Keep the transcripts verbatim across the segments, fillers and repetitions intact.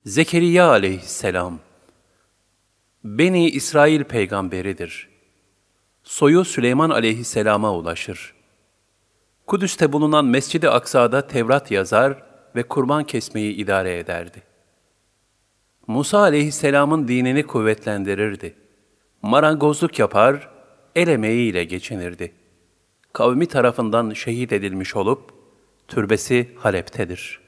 Zekeriya aleyhisselam, Beni İsrail peygamberidir. Soyu Süleyman aleyhisselama ulaşır. Kudüs'te bulunan Mescid-i Aksa'da Tevrat yazar ve kurban kesmeyi idare ederdi. Musa aleyhisselamın dinini kuvvetlendirirdi. Marangozluk yapar, el emeğiyle geçinirdi. Kavmi tarafından şehit edilmiş olup, türbesi Halep'tedir.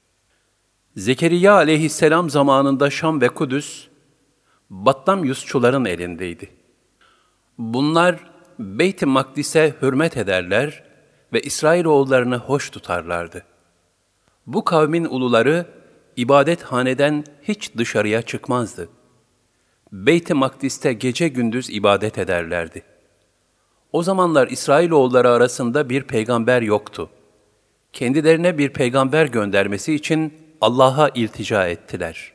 Zekeriya aleyhisselam zamanında Şam ve Kudüs, Batlamyusçuların elindeydi. Bunlar Beyt-i Makdis'e hürmet ederler ve İsrailoğullarını hoş tutarlardı. Bu kavmin uluları ibadethaneden hiç dışarıya çıkmazdı. Beyt-i Makdis'te gece gündüz ibadet ederlerdi. O zamanlar İsrailoğulları arasında bir peygamber yoktu. Kendilerine bir peygamber göndermesi için Allah'a iltica ettiler.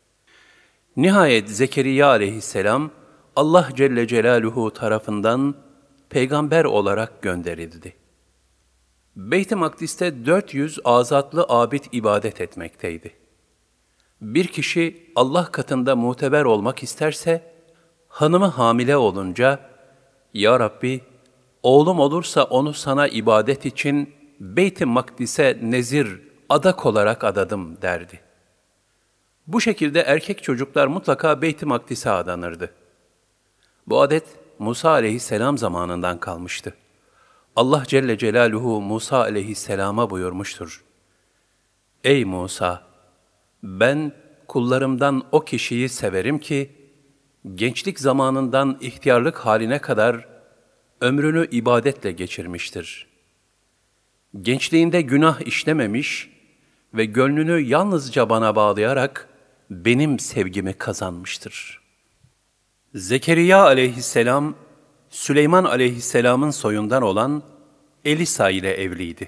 Nihayet Zekeriya aleyhisselam, Allah Celle Celaluhu tarafından peygamber olarak gönderildi. Beyt-i Makdis'te dört yüz azatlı abid ibadet etmekteydi. Bir kişi Allah katında muteber olmak isterse, hanımı hamile olunca, "Ya Rabbi, oğlum olursa onu sana ibadet için Beyt-i Makdis'e nezir, adak olarak adadım" derdi. Bu şekilde erkek çocuklar mutlaka Beyt-i Makdis'e adanırdı. Bu adet Musa aleyhisselam zamanından kalmıştı. Allah Celle Celaluhu Musa aleyhisselama buyurmuştur: "Ey Musa, ben kullarımdan o kişiyi severim ki, gençlik zamanından ihtiyarlık haline kadar ömrünü ibadetle geçirmiştir. Gençliğinde günah işlememiş ve gönlünü yalnızca bana bağlayarak benim sevgimi kazanmıştır." Zekeriya aleyhisselam, Süleyman aleyhisselamın soyundan olan Elisa ile evliydi.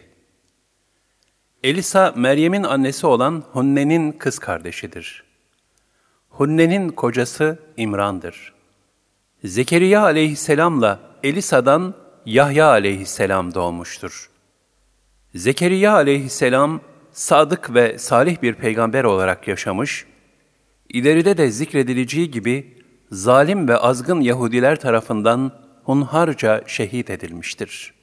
Elisa, Meryem'in annesi olan Hunne'nin kız kardeşidir. Hunne'nin kocası İmran'dır. Zekeriya aleyhisselamla Elisa'dan Yahya aleyhisselam doğmuştur. Zekeriya aleyhisselam, sadık ve salih bir peygamber olarak yaşamış, ileride de zikredileceği gibi zalim ve azgın Yahudiler tarafından hunharca şehit edilmiştir.